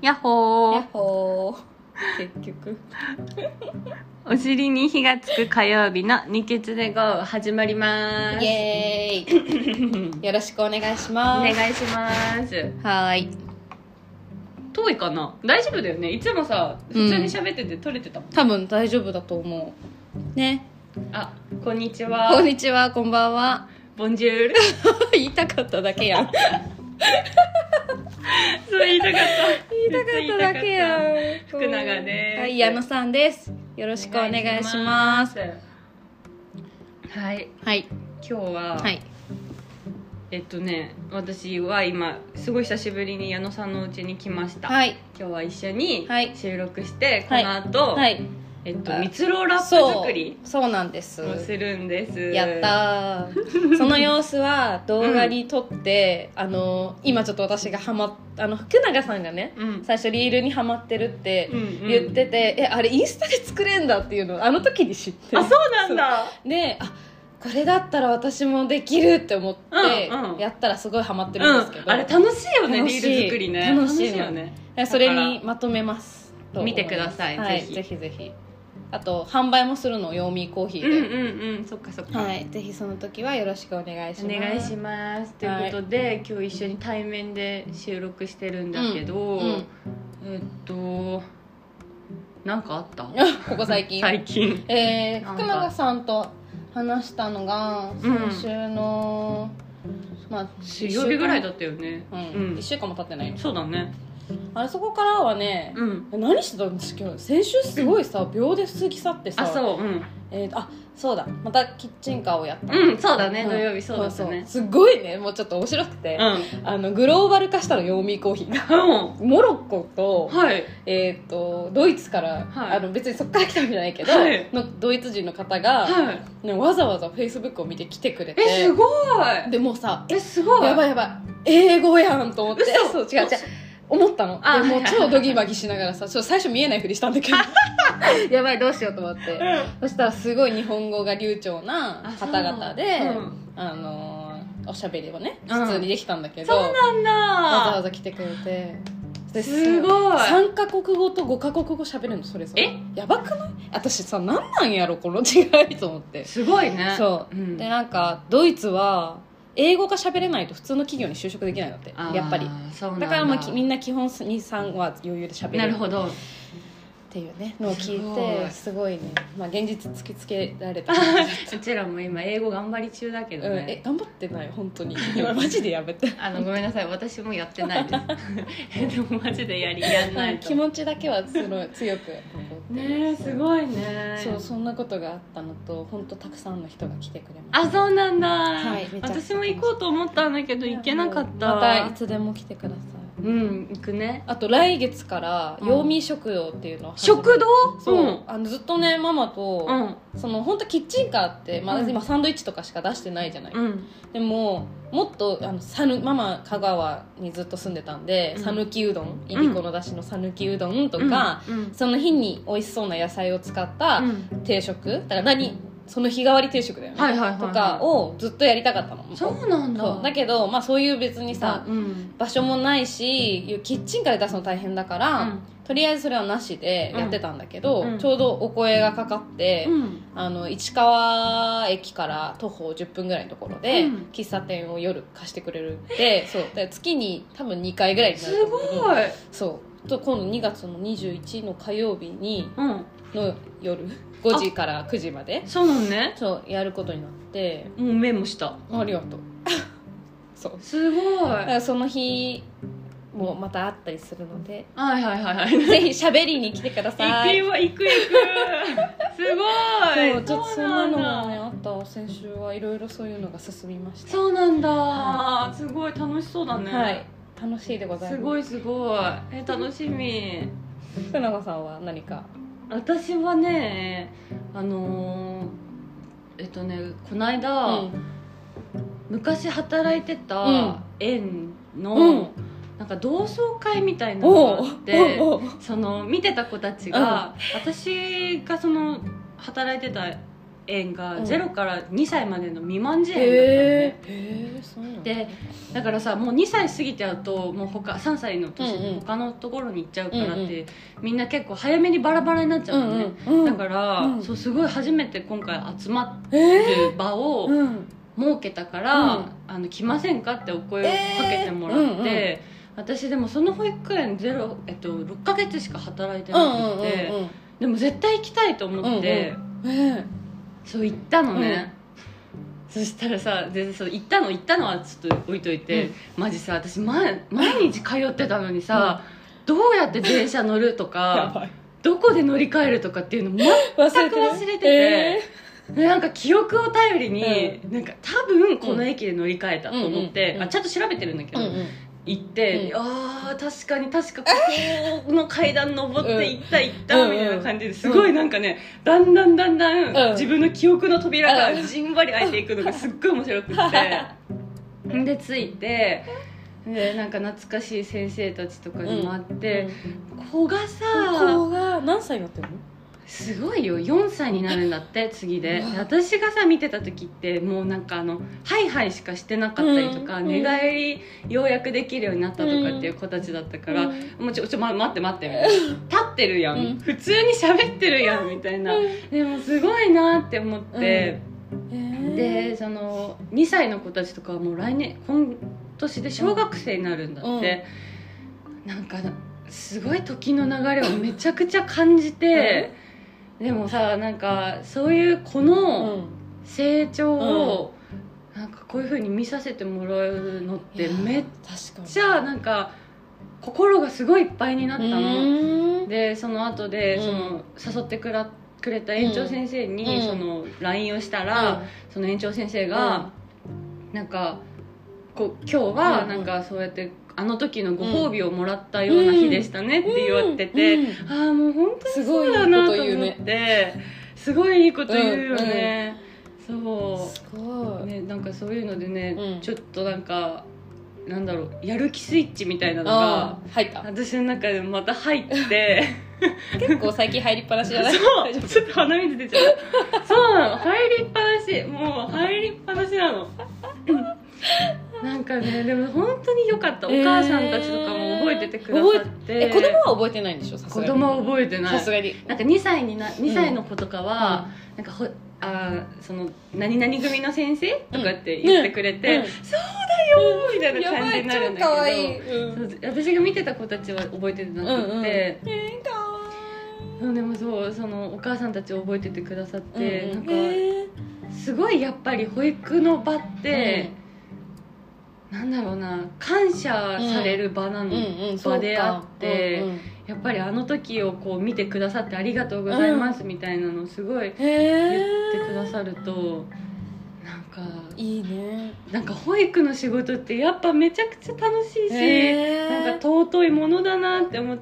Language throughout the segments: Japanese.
やっほー。 やっほー。結局お尻に火がつく火曜日の二血で GO 始まります。 イエーイよろしくお願いします。 お願いします。 はーい。 遠いかな？大丈夫だよね。いつもさ普通に喋ってて撮れてたもん、 多分大丈夫だと思うね。 あ、こんにちは。 こんにちは、こんばんは。 ボンジュール。 言いたかっただけやん。 そう言いたかった。 言いたかっただけやん。 福永です。 はい、矢野さんです。よろしくお願いします。 はい。 はい。 今日は、 はい。 私は今すごい久しぶりに矢野さんの家に来ました。 はい。 今日は一緒にはい収録して、 はい、 この後、 はい、 蜜ろラップ作りそうなんですをするんです。 やったー。その様子は動画に撮って、今ちょっと私が福永さんがね、最初リールにハマってるって言ってて、あれインスタで作れんだっていうのをあの時に知って、 あ、そうなんだ。 で、これだったら私もできるって思ってやったらすごいハマってるんですけど、 あれ楽しいよね。リール作りね。 楽しいよね。 それにまとめますと見てください、 はい、ぜひぜひ。あと販売もするの、ヨーミーコーヒーで。 そっかそっか。 はい、ぜひその時はよろしくお願いします。 お願いします。ということで、今日一緒に対面で収録してるんだけど、なんかあった？ ここ最近。 最近。 福永さんと話したのが先週の、 水曜日ぐらいだったよね。 1週間も経ってないの。 そうだね。 そこからはね、何してたんですか？先週すごいさ、秒で過ぎ去ってさ。そうだ、またキッチンカーをやった。 そうだね、土曜日そうだったね。 すごいね、もうちょっと面白くて、グローバル化したの、ヨーミーコーヒーが。モロッコと、ドイツから、別にそっから来たんじゃないけど、のドイツ人の方が、わざわざフェイスブックを見て来てくれて、 すごい。 でもうさ、 すごい、 やばいやばい、英語やんと思って、そう、違う違う、思ったの。でもう超ドギマギしながらさ、最初見えないふりしたんだけどやばい、どうしようと思って、そしたらすごい日本語が流暢な方々で、おしゃべりをね普通にできたんだけど、 そうなんだ、 わざわざ来てくれて、 すごい。 3カ国語と5カ国語しゃべるの、それぞれ。やばくない？私さ、何なんやろこの違いと思って。すごいね。 そう、でなんかドイツは英語が喋れないと普通の企業に就職できないのって、やっぱり。だからみんな基本 2,3 は余裕で喋れる。 なるほど。 っていうねのを聞いて、すごいね、現実突きつけられた。 うちらも今英語頑張り中だけどね。 頑張ってない本当に。マジでやめて。 ごめんなさい、私もやってないですでもマジでやんないと。 気持ちだけは強くね。すごいね。 そう、そんなことがあったのと、本当たくさんの人が来てくれました。 そうなんだ。 はい、 私も行こうと思ったんだけど行けなかった。 またいつでも来てください。 行くね。あと来月からヨーミー食堂っていうのを食堂？ そう、ずっとねママと、本当キッチンカーって、今サンドイッチとかしか出してないじゃない。でももっとママ香川にずっと住んでたんで、讃岐うどん、いりこのだしの讃岐うどんとか、その日に美味しそうな野菜を使った定食、だからその日替わり定食だよね、とかをずっとやりたかったの。 そうなんだ。 だけど、そういう別にさ、場所もないしキッチンカーで出すの大変だから、とりあえずそれはなしでやってたんだけど、ちょうどお声がかかって、市川駅から徒歩10分ぐらいのところで、喫茶店を夜貸してくれるって。そうで、月に多分2回ぐらいになると思うけど、 すごい。 そうと、今度2月の21の火曜日に、の夜5時から9時まで、 そうなのね。 そうやることになって、 もうメモした。ありがとうそう、 すごい。だからその日もまた会ったりするので、 ぜひ喋りに来てください。 行くすごい。 そう、ちょっとそんなのがねあった。先週はいろいろそういうのが進みました。 そうなんだ、すごい楽しそうだね。 はい、楽しいでございます。 すごい楽しみ。 福永さんは何か？ 私はね、この間、昔働いてた園の、なんか同窓会みたいなのがあって、見てた子たちが、私が働いてた園が0から2歳までの未満児園だったのね、 そうなんだ。 でだからさもう2歳過ぎちゃうともう3歳の年、他のところに行っちゃうからって、みんな結構早めにバラバラになっちゃうのね、だから、そうすごい初めて今回集まる場を設けたから、来ませんかってお声をかけてもらって、私でもその保育園6ヶ月しか働いてなくて、でも絶対行きたいと思って、そう行ったのね、そしたらさそう行ったのはちょっと置いといて、マジさ私毎日通ってたのにさ、どうやって電車乗るとかどこで乗り換えるとかっていうの全く忘れてて、なんか記憶を頼りに、なんか多分この駅で乗り換えたと思って、ちゃんと調べてるんだけど、行って、ああ確かここの階段登って行ったみたいな感じですごいなんかね、だんだん自分の記憶の扉がじんわり開いていくのがすっごい面白くってで着いて、でなんか懐かしい先生たちとかにも会って、子が何歳になってるの？ すごいよ、4歳になるんだって次で。私がさ見てた時ってもうなんかハイハイしかしてなかったりとか、寝返りようやくできるようになったとかっていう子たちだったから、もう待ってみたいな、立ってるやん、普通に喋ってるやんみたいな、でもすごいなって思って、でその2歳の子たちとかはもう今年で小学生になるんだって、なんかすごい時の流れをめちゃくちゃ感じて、でもさなんかそういう子の成長をなんかこういう風に見させてもらうのってめっちゃなんか心がすごいいっぱいになったので、その後でその誘ってくれた園長先生にその LINE をしたら、その園長先生がなんか今日はなんかそうやってあの時のご褒美をもらったような日でしたねって言われてて、ああもう本当にそうだなと思って、すごいいいこと言うよね、そうすごい、ね、なんかそういうのでね、ちょっとなんかなんだろう、やる気スイッチみたいなのが入った、 私の中でまた入って結構最近入りっぱなしじゃない？ そうちょっと鼻水出ちゃうそうなの、入りっぱなし、もう入りっぱなしなのなんかね、でも本当に良かった。お母さんたちとかも覚えててくださって、 子供は覚えてないんでしょ？さすがに子供は覚えてない、 さすがに。 なんか2歳の子とかは、なんかその何々組の先生とかって言ってくれて、そうだよみたいな感じになるんだけど、 やばい、超可愛い、 私が見てた子たちは覚えてなくて、でもそのお母さんたち覚えててくださって、なんかすごいやっぱり保育の場って、なんだろうな、感謝される場場であって、やっぱりあの時をこう見てくださってありがとうございますみたいなのをすごい言ってくださると、なんかいいね。 なんか保育の仕事ってやっぱめちゃくちゃ楽しいし、なんか尊いものだなって思って、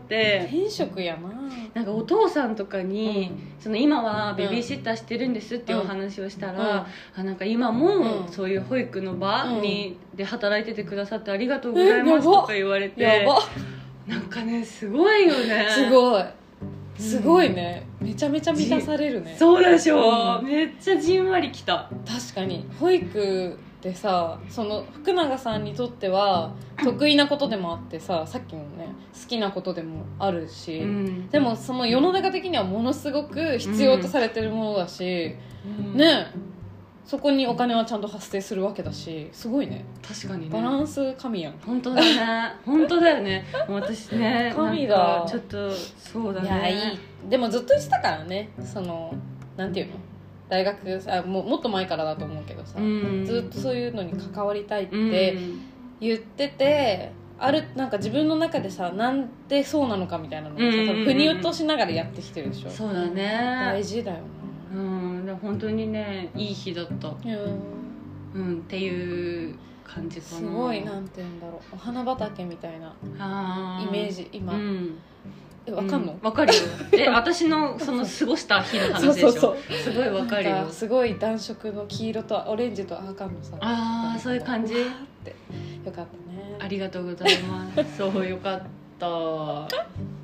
天職やな。 なんかお父さんとかに、その今はベビーシッターしてるんですっていうお話をしたら、なんか今もそういう保育の場で働いててくださってありがとうございますとか言われて、なんかねすごいよね、 すごいね、めちゃめちゃ満たされるね。 そうでしょ、めっちゃじんわりきた。 確かに保育でさ、その福永さんにとっては得意なことでもあってさ、さっきのね好きなことでもあるし、でもその世の中的にはものすごく必要とされてるものだし、ね、そこにお金はちゃんと発生するわけだし、すごいね。 確かにね、 バランス神やん。 本当だね本当だよね、私ね神だ、 ちょっとそうだね。 いやいい、でもずっと言ってたからね、そのなんていうの、大学もっと前からだと思うけどさ、ずっとそういうのに関わりたいって言ってて、なんか自分の中でさ、なんでそうなのかみたいなのをさ、腑に落としながらやってきてるでしょ。 そうだね、 大事だよな。 本当にねいい日だった、っていう感じかな。 すごい、なんていうんだろう、お花畑みたいなイメージ今、わかんの？ わかるよ私のその過ごした日の話でしょ。そうすごいわかるよ。 すごい暖色の黄色とオレンジと赤のさ、 そういう感じってよかったね。 ありがとうございますそうよかった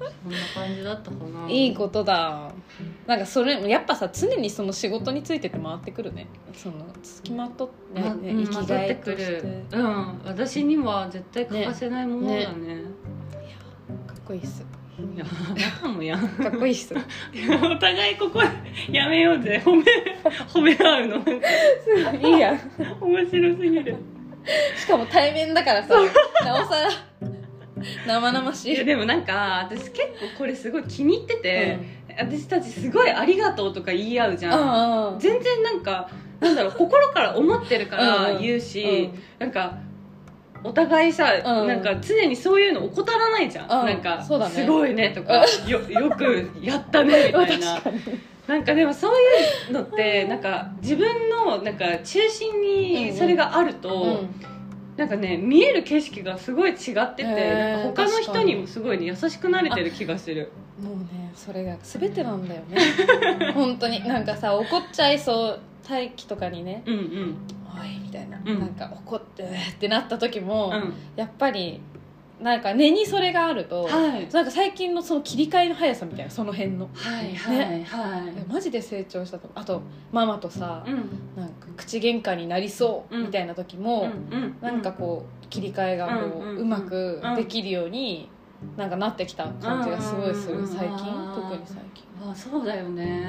そんな感じだったかな。 いいことだ。なんかそれやっぱさ、常にその仕事についてて回ってくるね。その付きまとって、ね、生きがいとして、 うん、私には絶対欠かせないものだね。いやかっこいいっす。 いやかもやんかっこいいっす。 お互いここやめようぜ、褒め合うのいいや面白すぎる。 しかも対面だからさ、なおさら生々しい。 いやでもなんか私結構これすごい気に入ってて、私たちすごいありがとうとか言い合うじゃん。全然なんかなんだろう、心から思ってるから言うし、なんかお互いさ、なんか常にそういうの怠らないじゃん。なんかそうだね、 すごいねとか、よくやったねみたいななんかでもそういうのってなんか自分のなんか中心にそれがあると、なんかね、見える景色がすごい違ってて、なんか他の人にもすごい、ね、優しくなれてる気がする。 もうね、それが全てなんだよね本当に。なんかさ、怒っちゃいそう大気とかにね、おいみたいな、なんか怒ってってなった時も、やっぱりなんか根にそれがあると、なんか最近のその切り替えの速さみたいな、その辺の、マジで成長したと。あとママとさ、なんか口喧嘩になりそうみたいな時も、なんかこう切り替えがこう、うまくできるようになんかなってきた感じがすごいする、最近。特に最近。 あ、そうだよね。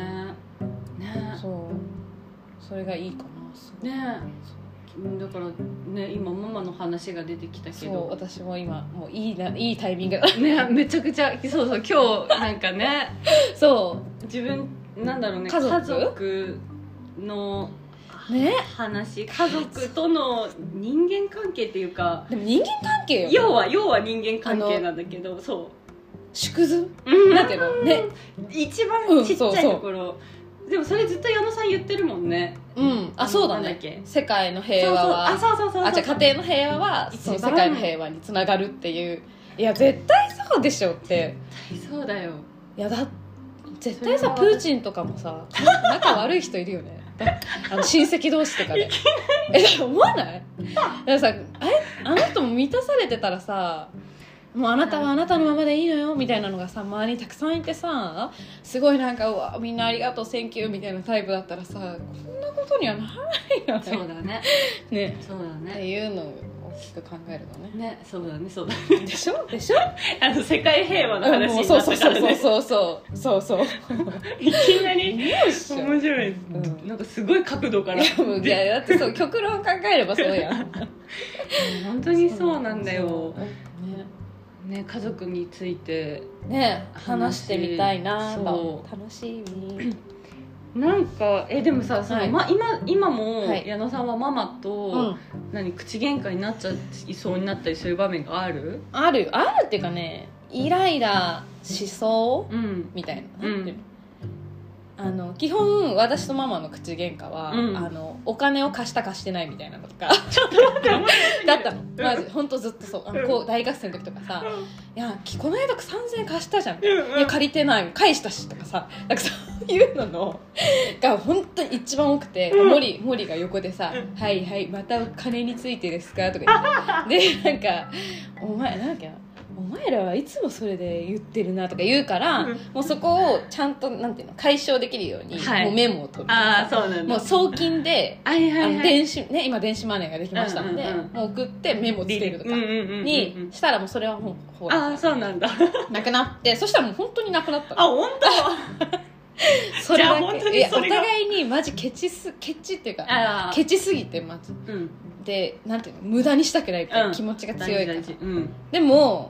それがいいかな、すごいね。 だからね、今ママの話が出てきたけど、 そう、私も今もういいタイミングだね、めちゃくちゃそう今日なんかねそう自分なんだろうね、家族の話、家族との人間関係っていうか、 でも人間関係よ、 要は人間関係なんだけど、そう縮図だけどね、 一番ちっちゃいところ。でもそれずっと矢野さん言ってるもんね。 あ、そうだね。世界の平和は、じゃあ家庭の平和はその世界の平和につながるっていう。いや絶対そうでしょって。 絶対そうだよ。いや絶対さ、プーチンとかもさ、仲悪い人いるよね親戚同士とかで思わない？だからさ、あの人も満たされてたらさ、もうあなたはあなたのままでいいのよみたいなのがさ、周りにたくさんいてさ、すごいなんか、うわみんなありがとうセンキューみたいなタイプだったらさ、こんなことにはならないよね。 そうだねね、 そうだねっていうのを大きく考えるとね。 そうだねでしょ世界平和の話になったからね。 そういきなり面白い、なんかすごい角度から。いやだってそう、極論考えればそうやん本当にそうなんだよね、家族についてね話してみたいな。楽しみ。 なんかでもさ、今も矢野さんはママと口喧嘩になっちゃいそうになったりする場面がある？ あるっていうかね、イライラしそうみたいな、基本私とママの口喧嘩は、お金を貸した貸してないみたいなのとかちょっと待ってだったの。マジ本当ずっとそう、こう大学生の時とかさ、いやこの間3000円貸したじゃん、いや借りてない返したしとかさ、なんかそういうのが本当に一番多くて、森が横でさ、はいはいまた金についてですかとか言ってで、なんかお前なんかお前らはいつもそれで言ってるなとか言うから、もうそこをちゃんとなんていうの解消できるように、もうメモを取る。 そうなんだ。 もう送金で、電子ね、今電子マネーができましたので、もう送ってメモつけるとかにしたら、もうそれはもうほらそうなんだなくなって、そしたらもう本当になくなった。 本当それだけ。お互いにマジケチっていうかケチすぎてまず、でなんていうの、無駄にしたくないっていう気持ちが強いから、でも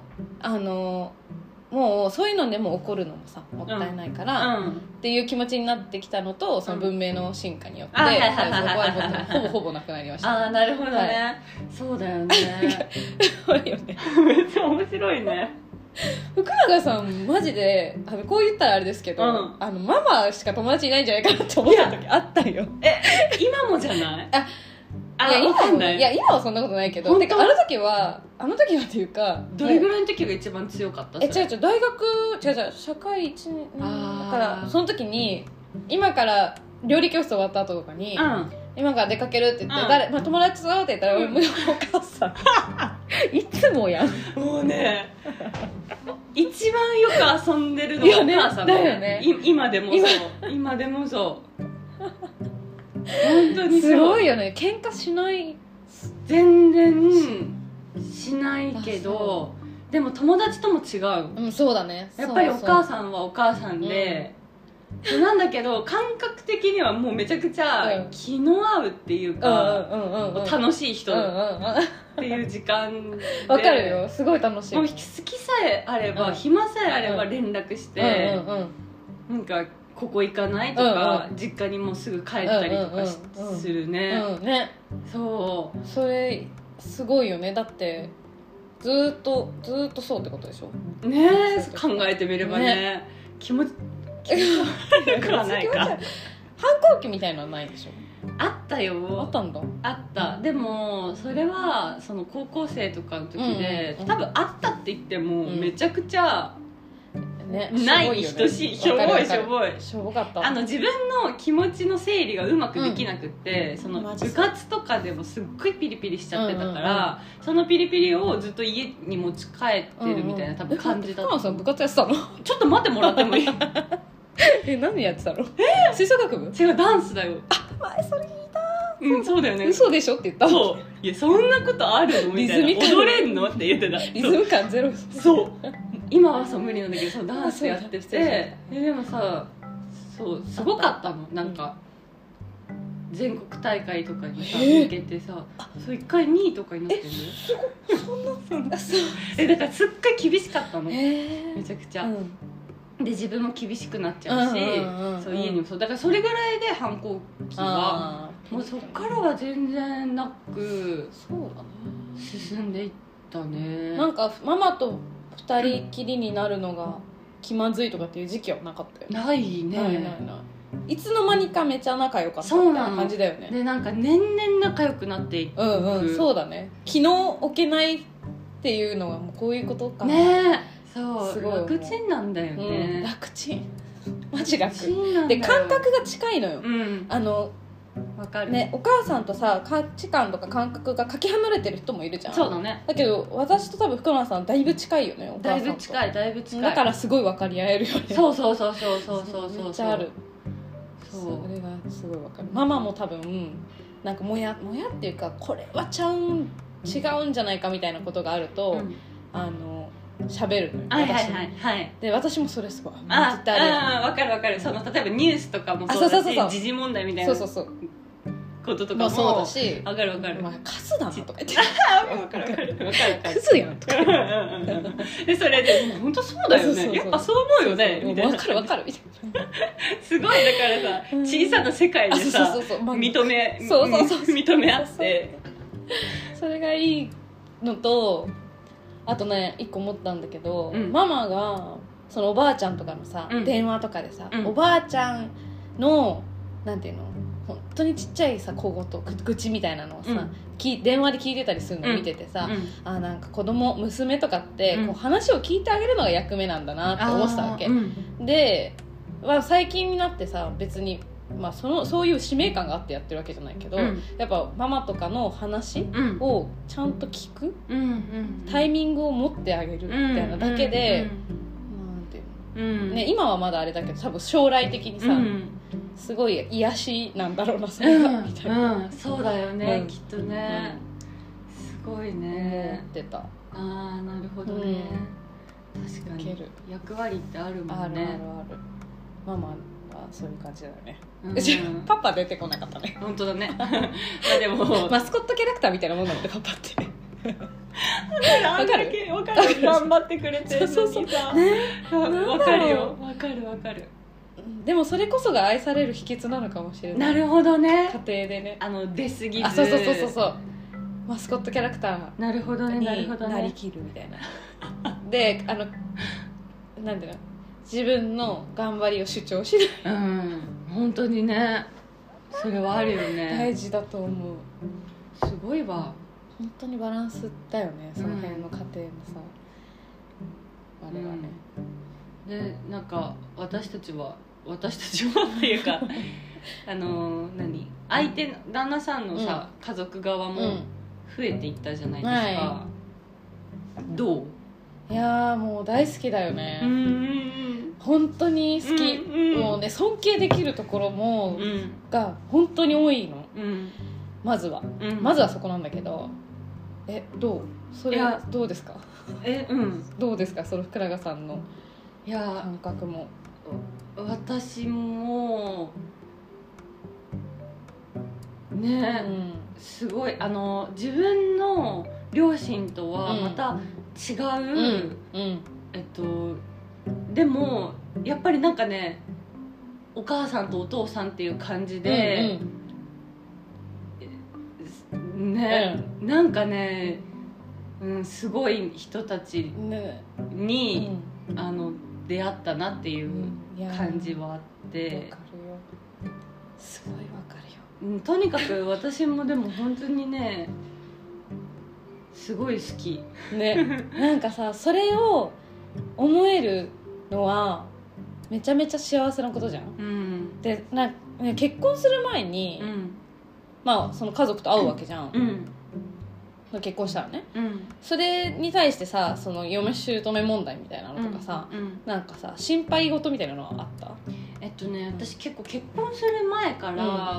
もうそういうのでも怒るのもさもったいないから、っていう気持ちになってきたのと、その文明の進化によってそこはほぼなくなりました。 なるほどね、そうだよねめっちゃ面白いね。 福永さんマジでこう言ったらあれですけど、ママしか友達いないんじゃないかなって思った時あったよ。 今もじゃない？ いや今はそんなことないけど、てかあの時はっていうか、 どれぐらいの時が一番強かった？ 違う大学社会1年だから、その時に今から料理教室終わった後とかに、今から出かけるって言って、友達と会うって言ったら、俺もお母さんいつもやん。 もうね一番よく遊んでるのがお母さんだよね。 今でもそう今でもそう本当にそうすごいよね。喧嘩しない。 全然しないけど、でも友達とも違う、 うん、そうだね。 やっぱりお母さんはお母さんで、なんだけど感覚的にはもうめちゃくちゃ気の合うっていうか、楽しい人っていう時間でわかるよ、すごい楽しい。 もう好きさえあれば、暇さえあれば連絡して、なんかここ行かないとか、実家にもうすぐ帰ったりとかするね。そうそれすごいよね。だってずっとそうってことでしょね。考えてみればね、気持ち悪くはないか。 反抗期みたいなのはないでしょ。 あったよ。 あったんだ。 あった。でもそれはその高校生とかの時で、多分あったって言ってもめちゃくちゃないに等しい。しょぼいしょぼかった。自分の気持ちの整理がうまくできなくって、その部活とかでもすっごいピリピリしちゃってたから、そのピリピリをずっと家に持ち帰ってるみたいな多分感じだった。 さん部活やってたの？ ちょっと待ってもらってもいい？ 何やってたの？吹奏楽部？ 違う、ダンスだよ。 前それ聞いた。 そうだよね。 嘘でしょって言った。 そう。いや、そんなことあるのみたいな。踊れんのって言ってた。 リズム感ゼロ。 そう。今はそう無理なんだけど、そのダンスやってて、でもさ、そうすごかったの。なんか全国大会とかにさ行けてさ、そう1回2位とかになってる。 すごい。そんな。 だからすっごい厳しかったの。めちゃくちゃ。で自分も厳しくなっちゃうし、そう家にもそうだから、それぐらいで反抗期はもうそっからは全然なく、 そうだね、 進んでいったね。 なんかママと2人きりになるのが気まずいとかっていう時期はなかったよね。 ないね。 ないいつの間にかめちゃ仲良かったみたいな感じだよね。 でなんか年々仲良くなっていく。 そうだね。気の置けないっていうのはもうこういうことかね。そうすごい楽ちんなんだよね、 楽ちんマジ楽で、感覚が近いのよ、 わかるね。お母さんとさ価値観とか感覚がかけ離れてる人もいるじゃん。 そうだね。 だけど私と多分福村さんだいぶ近いよね。お母さんとだいぶ近い。 だからすごい分かり合えるよね。 そうめっちゃある。それがすごい分かる。ママも多分なんかもやっていうか、これは違うんじゃないかみたいなことがあると、喋るのよ。で私もそれすごい絶対ある。わかる。その例えばニュースとかもそうだし、時事問題みたいなこととかもそうだし、 わかる。 カスだなとか言ってわかるクズやんとかでそれで本当そうだよね、やっぱそう思うよねみたいな。 わかるみたいな。 すごいだからさ、小さな世界でさ認め合って、 それがいいのと、あとね一個思ったんだけど、ママがそのおばあちゃんとかのさ、電話とかでさ、おばあちゃんのなんていうの、本当にちっちゃいさ小言愚痴みたいなのをさ、電話で聞いてたりするのを見ててさ、なんか娘とかってこう話を聞いてあげるのが役目なんだなって思ってたわけ、で、最近になってさ別にそういう使命感があってやってるわけじゃないけど、やっぱママとかの話をちゃんと聞く、タイミングを持ってあげるみたいなだけで、なんていうの、今はまだあれだけど多分将来的にさ、すごい癒しなんだろうなそれが、みたいな、 そうだよね、きっとね、すごいね。 思ってた。 なるほどね、確かに役割ってあるもんね。 ある。ママそういう感じだよね。パパ出てこなかったね。 本当だね。でもマスコットキャラクターみたいなもんなんでパパって。 わかる。頑張ってくれてるのにさ。わかるよ。わかる。 でもそれこそが愛される秘訣なのかもしれない。 なるほどね。 家庭でね。 出過ぎず。 そう。マスコットキャラクターなるほどね。 なりきるみたいな。でなんていうの。自分の頑張りを主張しない。 本当にね、それはあるよね。 大事だと思う。 すごいわ。 本当にバランスだよね、その辺の家庭のさ、あれはね。 でなんか私たちはっていうか旦那さんのさ、家族側も増えていったじゃないですか。 どう？ いやもう大好きだよね。本当に好き、もうね尊敬できるところも、が本当に多いの、まずは、まずはそこなんだけど、どう？それはどうですか？どうですか、その福永さんの感覚も。 私もね、すごい自分の両親とはまた違う、でもやっぱりなんかね、お母さんとお父さんっていう感じで、なんかね、すごい人たちに、出会ったなっていう感じはあって、 わかるよ、すごいわかるよ。 とにかく私もでも本当にねすごい好きね。なんかさ、それを思えるのはめちゃめちゃ幸せなことじゃん、で結婚する前に、まあその家族と会うわけじゃん、結婚したらね、それに対してさ、その嫁姑問題みたいなのとかさ、なんかさ心配事みたいなのはあった？ 私結構結婚する前から、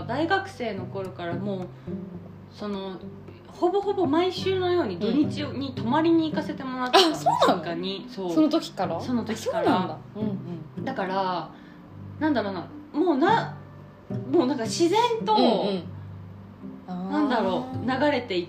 大学生の頃からもうそのほぼほぼ毎週のように土日に泊まりに行かせてもらってたんです、実家に。その時から？ その時から。だからなんだろうな、もうなんか自然と、なんだろう、流れていって、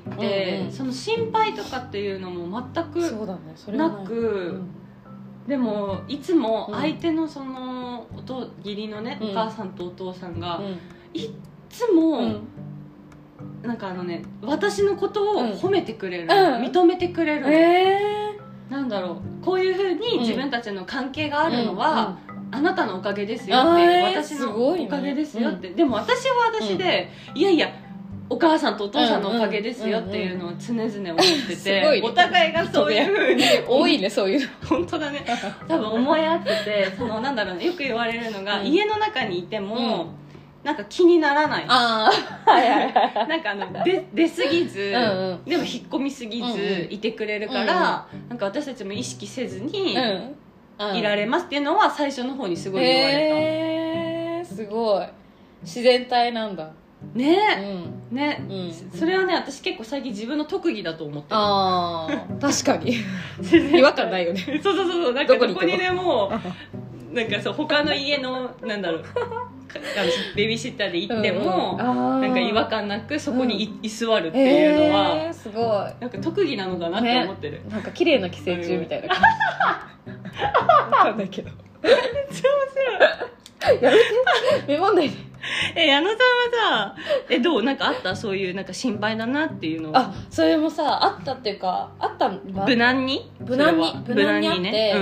その心配とかっていうのも全くなく、でもいつも相手のその義理のね、お母さんとお父さんが、いつも、なんか私のことを褒めてくれる、認めてくれる、なんだろう、こういう風に自分たちの関係があるのは、あなたのおかげですよって、私のおかげですよって、でも私は私で、いやいやお母さんとお父さんのおかげですよっていうのを常々思ってて、お互いがそういう風に多いね、そういう本当だね、多分思い合ってて、そのなんだろうね、よく言われるのが、家の中にいても、なんか気にならない、なんか出すぎず、でも引っ込みすぎずいてくれるから、なんか私たちも意識せずにいられますっていうのは最初の方にすごい言われた。 すごい自然体なんだね、それはね、私結構最近自分の特技だと思ってる。 確かに違和感ないよね。 そう、なんかどこにでもなんかそう、他の家のなんだろうベビーシッターで行っても、なんか違和感なくそこに居座るっていうのは、 すごいなんか特技なのかなって思ってる、 なんか綺麗な寄生虫みたいな感じ。分かんないけどめっちゃ面白い。やめて、メモんないで。 矢野さんはさ、どう、なんかあった？そういうなんか心配だなっていうのは。 それもさ、あったっていうか、あったんだ。 無難にあって、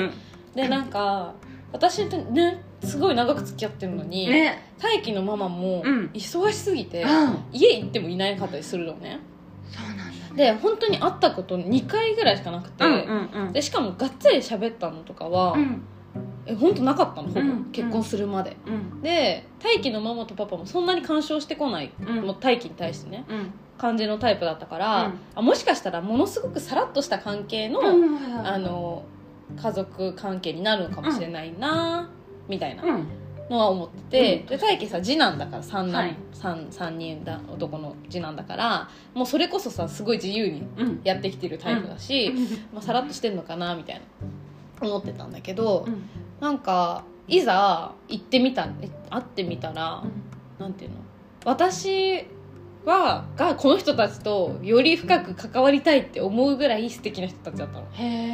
でなんか私とねすごい長く付き合ってるのに、大輝のママも忙しすぎて、家行ってもいないかったりするのね。 そうなんだね。 で本当に会ったこと2回ぐらいしかなくて、でしかもがっつり喋ったのとかは、本当なかったの、ほぼ、結婚するまで、で大輝のママとパパもそんなに干渉してこない、もう大輝に対してね、感じのタイプだったから、もしかしたらものすごくさらっとした関係の、家族関係になるのかもしれないな、みたいなのは思ってて、で大輝さ次男だから3人だ男の次男だから、もうそれこそさすごい自由にやってきてるタイプだし、さらっとしてんのかなみたいな思ってたんだけど、なんかいざ会ってみたら、なんていうの、私がこの人たちとより深く関わりたいって思うぐらい素敵な人たちだったの。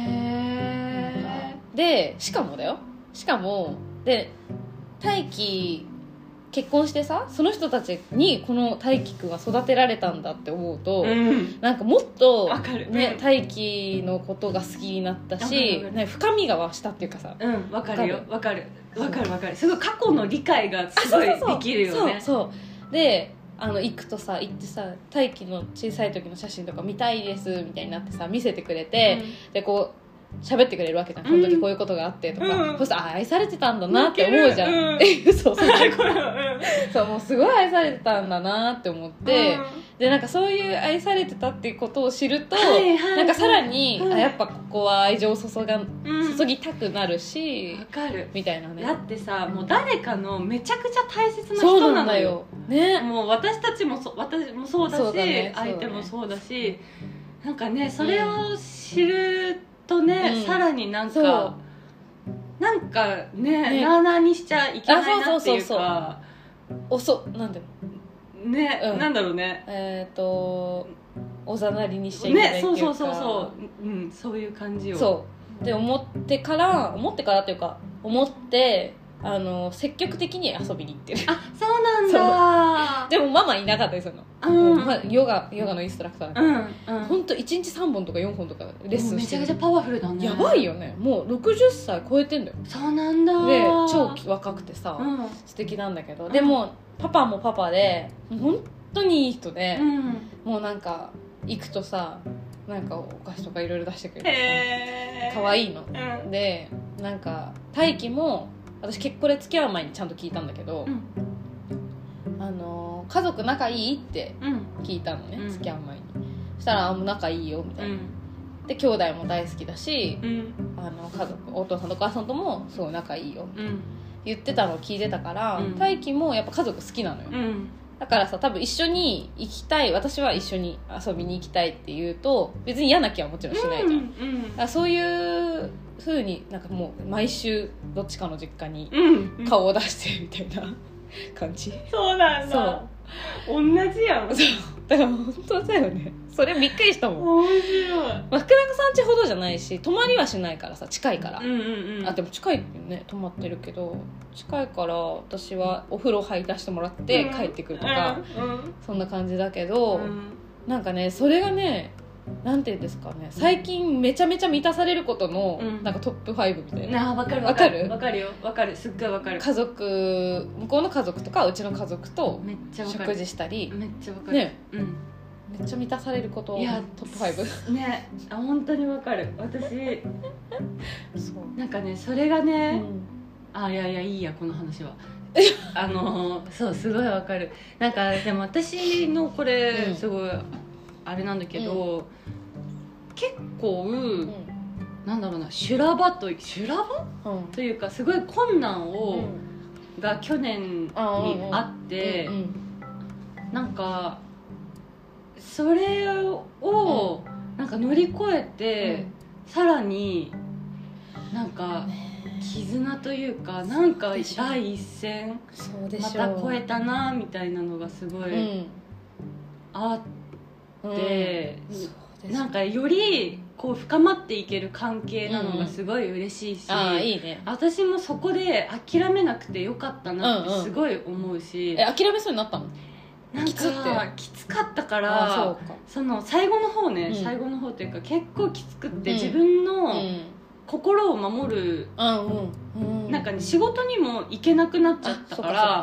でしかもで大輝結婚してさ、その人たちにこの大輝くんは育てられたんだって思うと、なんかもっと、ね、大輝のことが好きになったし、深みが増したっていうかさ、 わかるよ、わかるすごい過去の理解がすごいできるよね。 そうで行ってさ大輝の小さい時の写真とか見たいですみたいになってさ見せてくれて、でこう喋ってくれるわけじゃん、この時こういうことがあってとか、そうしたら愛されてたんだなって思うじゃん、そうそうもうすごい愛されてたんだなって思って、でなんかそういう愛されてたっていうことを知ると、なんかさらに、あやっぱここは愛情を注ぎたくなるし、 わかるみたいなね。 だってさ、もう誰かのめちゃくちゃ大切な人なのよね、 もう私たちも私もそうだし、相手もそうだし、なんかねそれを知るとね、さらになんかねなあなあにしちゃいけないなっていうか、 なんだろうね、なんだろうね、 おざなりにしちゃいけないっていうか、 そういう感じをそうで思ってからっていうか思って積極的に遊びに行ってる。 あ、そうなんだ。 でもママいなかったりするの、ヨガのインストラクターだから、本当1日3本とか4本とかレッスンしてる。 めちゃくちゃパワフルだね。 やばいよね、もう60歳超えてんだよ。 そうなんだ。 で超若くてさ、素敵なんだけど、でもパパもパパで本当にいい人で、もうなんか行くとさ、なんかお菓子とかいろいろ出してくれてさ、可愛いの、でなんか大輝も私結婚で付き合う前にちゃんと聞いたんだけど、家族仲いいって聞いたのね、付き合う前に。そしたらもう仲いいよみたいな、で兄弟も大好きだし、家族お父さんとお母さんともすごい仲いいよ、言ってたのを聞いてたから、大輝もやっぱ家族好きなのよ、だからさ、多分一緒に行きたい、私は一緒に遊びに行きたいって言うと別に嫌な気はもちろんしないじゃん、だからそういう風になんかもう毎週どっちかの実家に顔を出してるみたいな感じ、 そうなんだ。同じやん。 そうだから本当だよね、それびっくりしたもん。 面白い。 福永さん家ほどじゃないし泊まりはしないからさ、近いから、でも近いよね、泊まってるけど近いから、私はお風呂入らせてもらって帰ってくるとか、そんな感じだけど、なんかねそれがね、なんていうんですかね、最近めちゃめちゃ満たされることの、なんかトップ5みたいな。 わかるよ、わかる、すっごいわかる。 家族、向こうの家族とかうちの家族とめっちゃ食事したり、 めっちゃわかるね、めっちゃ満たされることトップ5 ね、本当にわかる。私そうなんかね、それがね、いやいいやこの話はそうすごいわかる。なんかでも私のこれすごいあれなんだけど、結構、なんだろうな、修羅場というか、すごい困難が去年にあって、なんかそれをなんか乗り越えて、さらになんか絆というか、なんか第一線また超えたなみたいなのがすごいあって、なんかよりこう深まっていける関係なのがすごい嬉しいし、 いいね、 私もそこで諦めなくてよかったなってすごい思うし、 諦めそうになったの？ なんかきつかったから、その最後の方ね、最後の方っていうか結構きつくって、自分の心を守る、なんかね、仕事にも行けなくなっちゃったから、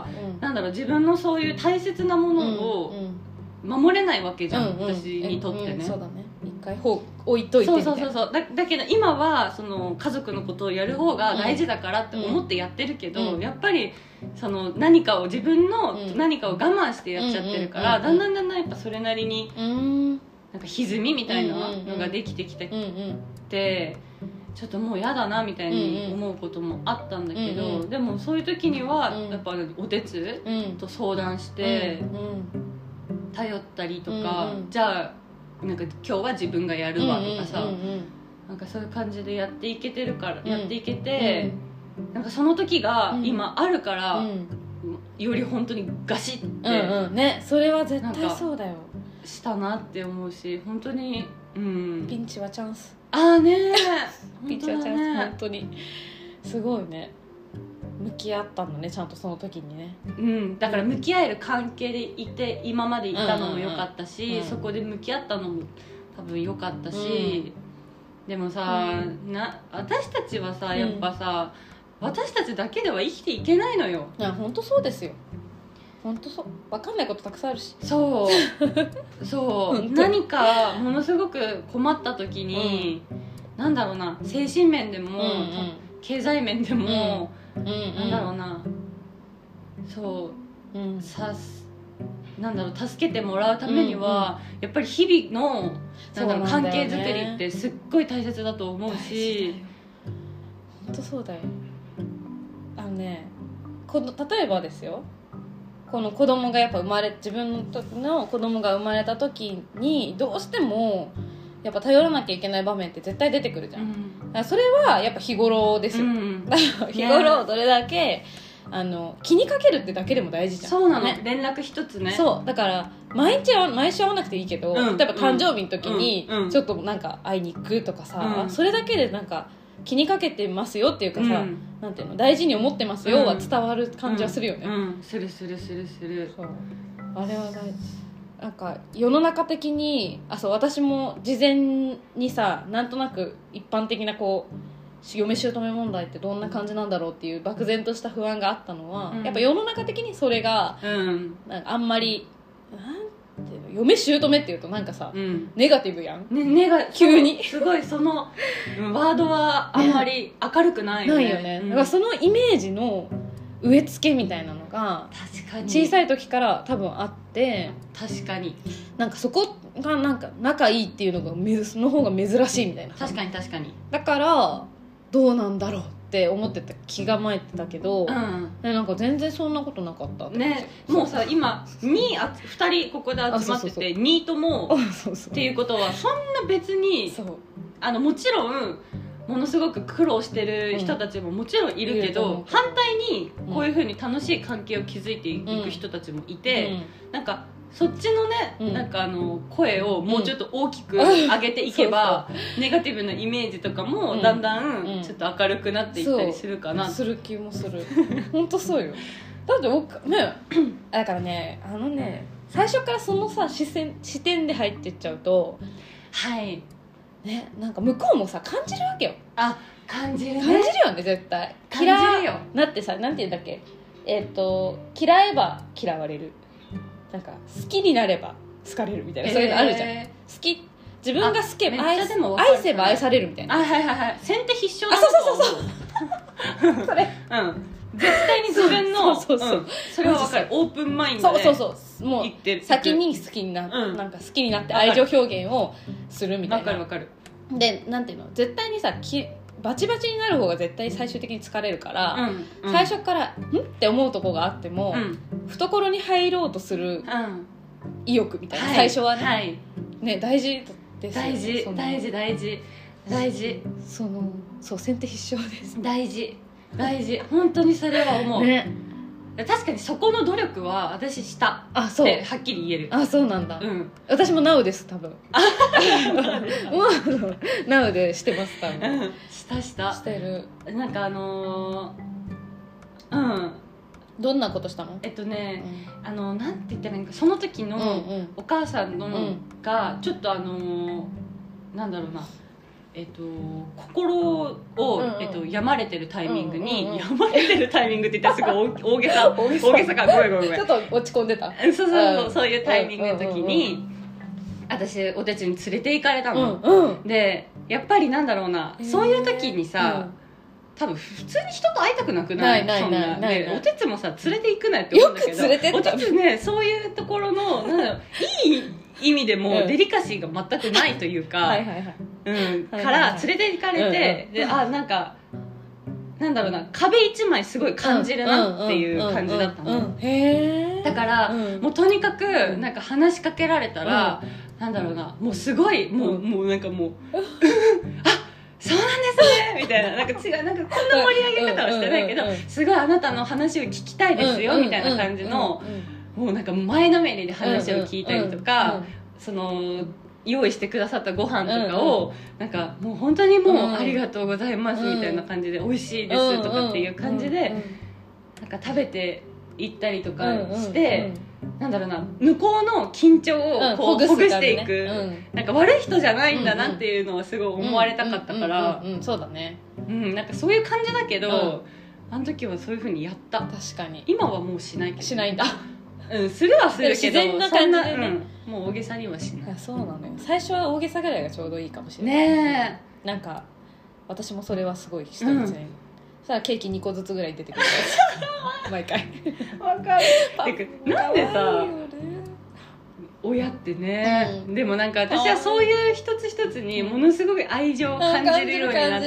なんだろう、自分のそういう大切なものを守れないわけじゃん、私にとってね。 そうだね、一回置いといてみたいな。 そうだけど今はその家族のことをやる方が大事だからって思ってやってるけど、やっぱりその自分の何かを我慢してやっちゃってるから、だんだんやっぱそれなりになんか歪みみたいなのができてきて、ちょっともう嫌だなみたいに思うこともあったんだけど、でもそういう時にはやっぱお手つと相談して頼ったりとか、じゃあなんか今日は自分がやるわとかさ、なんかそういう感じでやっていけてるから、やっていけて、なんかその時が今あるから、より本当にガシッて、 ね、それは絶対そうだよ、 したなって思うし、本当に、ピンチはチャンス。 ねピンチはチャンス、本当にすごいね。向き合ったのね、ちゃんとその時にね。 だから向き合える関係でいて、今までいたのも良かったし、そこで向き合ったのも多分良かったし、でもさ、私たちはさ、やっぱさ、私たちだけでは生きていけないのよ。 いや本当そうですよ、本当そう、分かんないことたくさんあるし。 そう何かものすごく困った時に、 なんだろうな、精神面でも、経済面でも、なんだろうな、そう、なんだろう、助けてもらうためには、やっぱり日々のなんだろう、関係づくりってすっごい大切だと思うし、 本当そうだよ。例えばですよ、この子供がやっぱ自分の子供が生まれた時にどうしてもやっぱ頼らなきゃいけない場面って絶対出てくるじゃん、だからそれはやっぱ日頃ですよ、日頃どれだけ気にかけるってだけでも大事じゃん。 そうなの、ね、連絡一つね。 そうだから毎週会わなくていいけど、例えば誕生日の時にちょっとなんか会いに行くとかさ、それだけでなんか気にかけてますよっていうかさ、なんていうの、大事に思ってますよは伝わる感じはするよね。 する。そうあれは大事。なんか世の中的に私も事前にさ、なんとなく一般的なこう嫁姑問題ってどんな感じなんだろうっていう漠然とした不安があったのは、やっぱ世の中的にそれが、なんかあんまりなんていうの、嫁姑っていうとなんかさ、ネガティブやん、急にすごいそのワードはあんまり明るくないよね。 ないよね、だからそのイメージの植え付けみたいなのが確かに小さい時から多分あって、 確かになんかそこがなんか仲いいっていうのがその方が珍しいみたいな。 確かにだからどうなんだろうって思ってた、気構えてたけど、なんか全然そんなことなかったね。もうさ、今2人ここで集まってて2ともっていうことは、そんな別にもちろんものすごく苦労してる人たちももちろんいるけど、反対にこういう風に楽しい関係を築いていく人たちもいて、なんかそっちのね、なんか声をもうちょっと大きく上げていけばネガティブなイメージとかもだんだんちょっと明るくなっていったりするかな、 する気もする本当そうよ。だってね、だからね、最初からそのさ視点で入っていっちゃうと、 はいね、なんか向こうもさ感じるわけよ。 感じるね。 感じるよね、絶対。 感じるよ。 だってさ、なんて言うんだっけ、嫌えば嫌われる、なんか好きになれば好かれるみたいな、そういうのあるじゃん。自分が好けば愛せば愛されるみたいな。 はい先手必勝だと思う。 そうそれ絶対に自分のそれは分かる。オープンマインドでもう先に好きになんか好きになって愛情表現をするみたいな。 分かる。で、 なんていうの、絶対にさバチバチになる方が絶対最終的に疲れるから、最初からって思うとこがあっても、懐に入ろうとする意欲みたいな、最初はね、大事ですよね。大事。そう先手必勝です。 大事本当にそれは思う、ね。確かにそこの努力は私したってはっきり言える。 そうなんだ、私も NOW です多分。もう NOW でしてます多分。してる。 なんかどんなことしたの？ なんて言ったらいいのか、その時のお母さんのがちょっとなんだろうな、心を、病まれてるタイミングに、病まれてるタイミングって言ったらすごい大げさか、ごめんちょっと落ち込んでた。 そういうタイミングの時に、私お手伝いに連れて行かれたの、でやっぱりなんだろうな、そういう時にさ、多分普通に人と会いたくなくない？ないお手伝いもさ連れて行くなって思うんだけど、 よく連れてった。 お手伝いね、そういうところのなんだろう、いい意味でもデリカシーが全くないというか、から連れて行かれて、でなんかなんだろうな、壁一枚すごい感じるなっていう感じだったの。だからもうとにかくなんか話しかけられたら、なんだろうな、もうすごいもうなんかもうそうなんですねみたいな、なんか違う、なんかこんな盛り上げ方はしてないけど、すごいあなたの話を聞きたいですよみたいな感じの、もうなんか前のめりで話を聞いたりとか、その用意してくださったご飯とかをなんかもう本当にもうありがとうございますみたいな感じで、美味しいですとかっていう感じでなんか食べていったりとかして、なんだろうな、向こうの緊張をこうほぐしていく、なんか悪い人じゃないんだなっていうのはすごい思われたかったから、 そうだね、 なんかそういう感じだけど、あの時はそういう風にやった。 確かに今はもうしないけど。 しないんだ。 するはするけど自然な感じでね、 もう大げさにはしない。 そうなのよ。最初は大げさぐらいがちょうどいいかもしれないね。 なんか私もそれはすごいしてるんですね、そしたらケーキ2個ずつぐらい出てくる毎回わかるなんでさ親ってね、でもなんか私はそういう一つ一つにものすごく愛情を感じるようになって、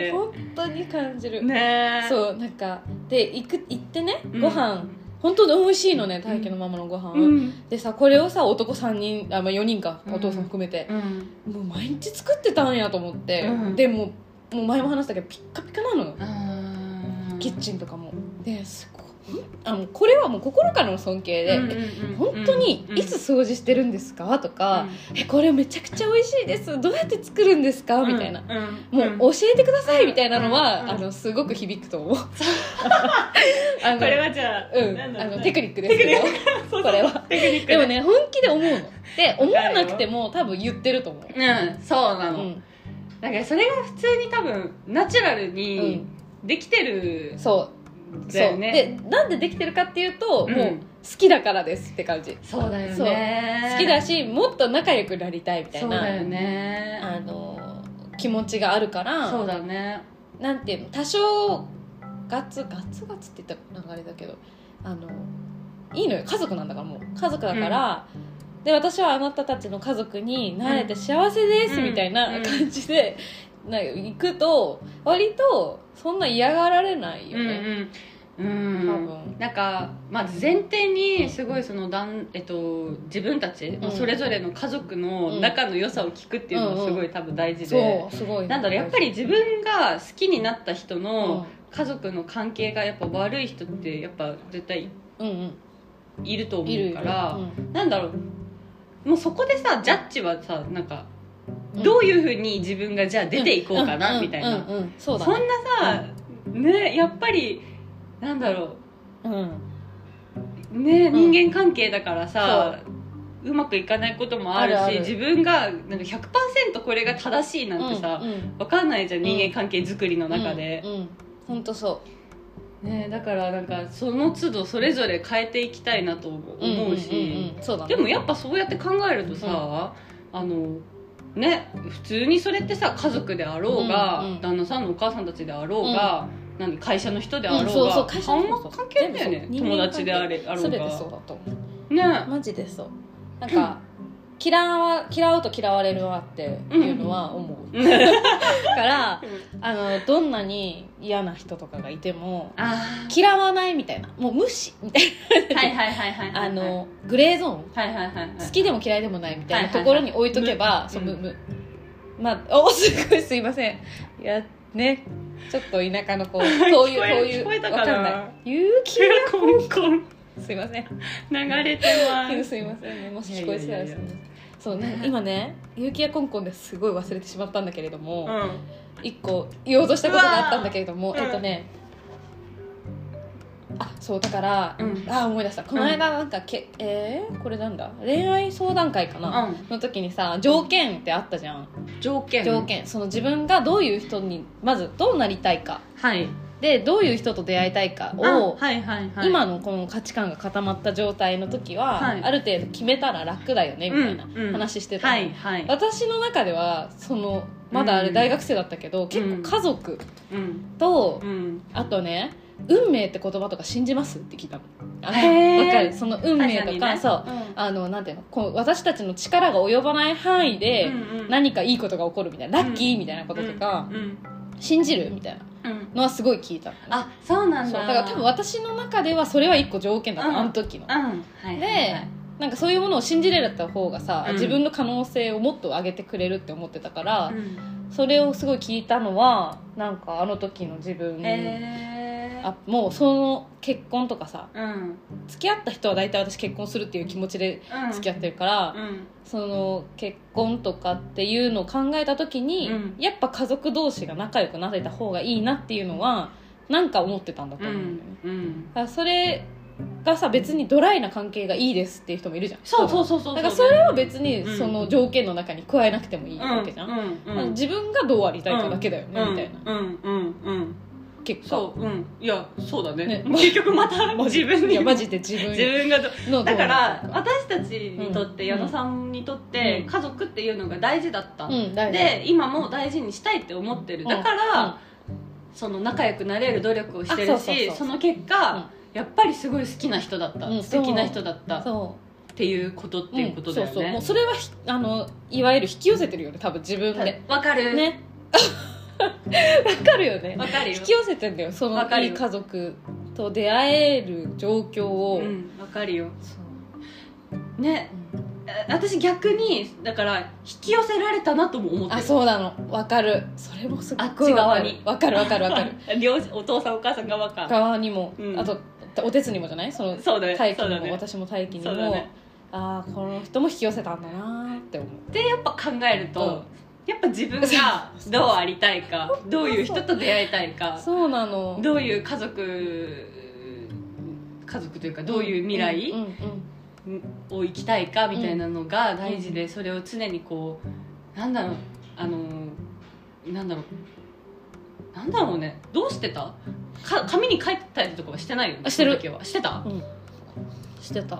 本当に感じるね。 そうなんかで行ってね、ご飯本当に美味しいのね、大輝のママのご飯、でさこれをさ男3人4人かお父さん含めて、もう毎日作ってたんやと思って、でもう前も話したけどピッカピカなのよ、キッチンとかもですごいこれはもう心からの尊敬で、本当にいつ掃除してるんですかとか、これめちゃくちゃ美味しいですどうやって作るんですかみたいな、もう教えてくださいみたいなのは、すごく響くと思うこれはじゃあ、 テクニックですけどこれはでもね本気で思うので思わなくても多分言ってると思う、 そうなの、だからそれが普通に多分ナチュラルにできてる、 そうでなんでできてるかっていうと、もう好きだからですって感じ。 そうだよね、 好きだしもっと仲良くなりたいみたいな、 そうだよね、 気持ちがあるから、 そうだね、 なんていうの多少ガツって言ったらなんかあれだけどいいのよ、家族なんだからもう家族だから、で私はあなたたちの家族になれて幸せですみたいな感じで、なんか行くと割とそんな嫌がられないよね、多分なんかまず前提にすごいその自分たち、それぞれの家族の仲の良さを聞くっていうのがすごい多分大事で、 そうすごいなんだろう、やっぱり自分が好きになった人の家族の関係がやっぱ悪い人ってやっぱ絶対いると思うから、なんだろう、もうそこでさジャッジはさなんかどういうふうに自分がじゃあ出ていこうかなみたいな、そんなさ、ね、やっぱりなんだろう、ね、人間関係だからさうまくいかないこともあるし、自分がなんか 100% これが正しいなんてさ、分かんないじゃん、人間関係作りの中で、 本当そう、 ね、だからなんかその都度それぞれ変えていきたいなと思うし、でもやっぱそうやって考えるとさ、ね、普通にそれってさ家族であろうが、旦那さんのお母さんたちであろうが、会社の人であろうが、あんま関係ないよね、友達であろうが、 全てそうだと思うね、 マジでそう、なんか嫌うと嫌われるわっていうのは思う、からどんなに嫌な人とかがいても嫌わないみたいな、もう無視みたいなグレーゾーン、好きでも嫌いでもないみたいなところに置いとけば、まあすごいすいません、いやね、ちょっと田舎のこういうわかんない勇気がコンコンすいません流れてますすいませんね、もし聞こえてたらすみません。そうね、今ね結城やコンコンですごい忘れてしまったんだけれども、一個言おうとしたことがあったんだけれども、そうだから、思い出した、この間なんかこれなんだ、恋愛相談会かな、の時にさ条件ってあったじゃん、条件、その自分がどういう人にまずどうなりたいか、でどういう人と出会いたいかを、今のこの価値観が固まった状態の時は、ある程度決めたら楽だよねみたいな話してたの、私の中ではまだあれ大学生だったけど、結構家族と、あとね運命って言葉とか信じますって聞いたの。わかる、その運命とか、そう、なんていうの、こう私たちの力が及ばない範囲で何かいいことが起こるみたいな、ラッキーみたいなこととか、信じるみたいなのはすごい聞いたの。 あ、そうなんだ。 だから多分私の中ではそれは一個条件だった、あの時の。でなんかそういうものを信じれた方がさ、自分の可能性をもっと上げてくれるって思ってたから、それをすごい聞いたのはなんかあの時の自分、もうその結婚とかさ、付き合った人は大体私結婚するっていう気持ちで付き合ってるから、その結婚とかっていうのを考えた時に、やっぱ家族同士が仲良くなれた方がいいなっていうのはなんか思ってたんだと思うんだよね、だからそれがさ別にドライな関係がいいですっていう人もいるじゃん。 そうだからそれは別にその条件の中に加えなくてもいいわけじゃん、自分がどうありたいかだけだよね、みたいな。 結果。 そう、うん、いやそうだ ね結局また自分に、 いやマジで自分がだから私たちにとって、矢野さんにとって家族っていうのが大事だった、で今も大事にしたいって思ってる、だから、その仲良くなれる努力をしてるし、その結果、やっぱりすごい好きな人だった、素敵な人だったっていうことっていうことだよね。 そうそう、もうそれはいわゆる引き寄せてるよね、多分自分で。 わかるねわかるよね。 わかるよ。 引き寄せてんだよ、そのいい家族と出会える状況を。 わかるよ。そうね、私逆にだから引き寄せられたなとも思ってる。 あ、そうなの、わかる。それもすっごいあっち側にわかるわかるわかるお父さんお母さん側にも、あとお手つにもじゃない、 そうだね、 大輝にも、私も大輝にも、ああこの人も引き寄せたんだなって思う。 でやっぱ考えると、やっぱ自分がどうありたいかどういう人と出会いたいか、 そうなの、 どういう家族というかどういう未来を生きたいかみたいなのが大事で、それを常にこうなんだろうね、どうしてた？紙に書いてたりとかはしてないよね。 してる。 してた？ してた。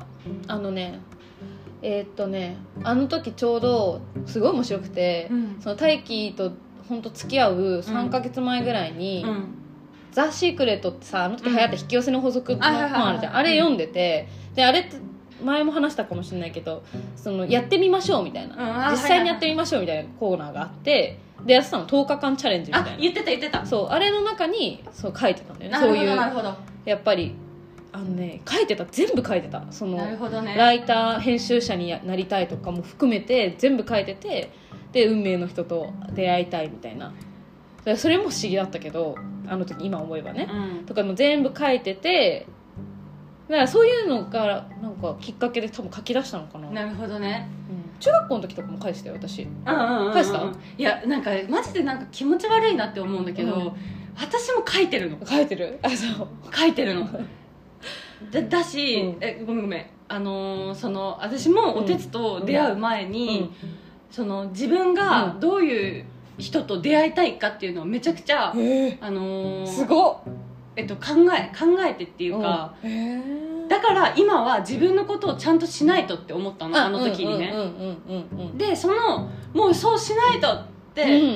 あの時ちょうどすごい面白くて、その大輝と本当付き合う3ヶ月前ぐらいに、ザ・シークレットってさ、あの時流行った引き寄せの法則の本あるじゃん、あれ読んでて、であれって前も話したかもしれないけど、そのやってみましょうみたいな、実際にやってみましょうみたいなコーナーがあって、でやってたの10日間チャレンジみたいな。 言ってた。 そう、あれの中にそう書いてたんだよね。そういうやっぱり書いてた、全部書いてた。その、ライター編集者になりたいとかも含めて全部書いてて、で運命の人と出会いたいみたいな、それも不思議だったけど、あの時今思えばね、とかも全部書いてて、だからそういうのがなんかきっかけで多分書き出したのかな。 なるほどね、 中学校の時とかも書いてたよ私。 書いてた？いやなんかマジでなんか気持ち悪いなって思うんだけど、私も書いてるの。 書いてる？あ、そう書いてるのだし、ごめんその私もおてつと出会う前に、その自分がどういう人と出会いたいかっていうのをめちゃくちゃ、 すごっ、 考えてっていうか、だから今は自分のことをちゃんとしないとって思ったの、あの時にね。でもうそうしないとって、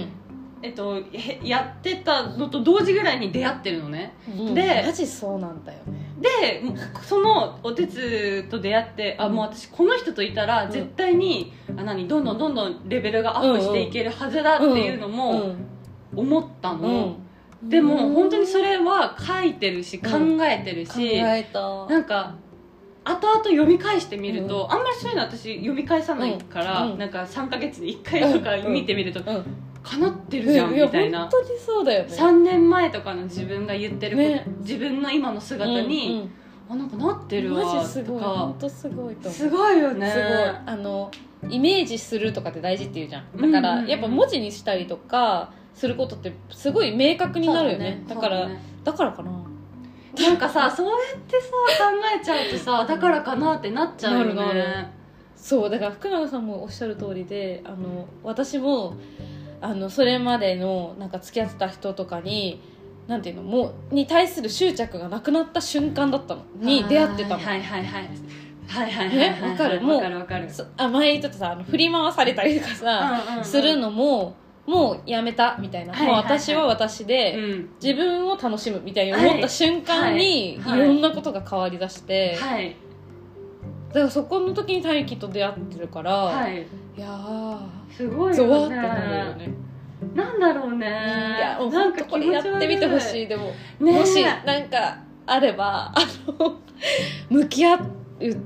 やってたのと同時ぐらいに出会ってるのね、でマジそうなんだよね。 でそのおてつと出会って、もう私この人といたら絶対に、どんどんレベルがアップしていけるはずだっていうのも思ったの、でも本当にそれは書いてるし考えてるし、なんか後々読み返してみると、あんまりそういうの私読み返さないから、なんか3ヶ月に1回とか見てみると、かなってるじゃんみたいな、 本当にそうだよね。 3年前とかの自分が言ってること、自分の今の姿に、なんかなってるわとか。マジすごい、 本当すごいと思う。 すごいよね。 すごいイメージするとかって大事っていうじゃん。だからやっぱ文字にしたりとかすることってすごい明確になるよね。だからかな。 なんかさ、そうやってさ考えちゃうとさ、だからかなってなっちゃうよね。 そうだから福永さんもおっしゃる通りで、私もそれまでのなんか付き合ってた人とかになんていうの、もうに対する執着がなくなった瞬間だったのに出会ってたの。 はいはいはいわかる。もうわかる。 前言ってたさ、振り回されたりとかさ、するのももうやめたみたいな、もう私は私で自分を楽しむみたいに思った瞬間にいろんなことが変わりだして、だからそこの時に大輝と出会ってるから、いやーすごいゾワってなるよね。 なんだろうね。 いやなんかこれやってみてほしい。でももしなんかあれば向き合うって、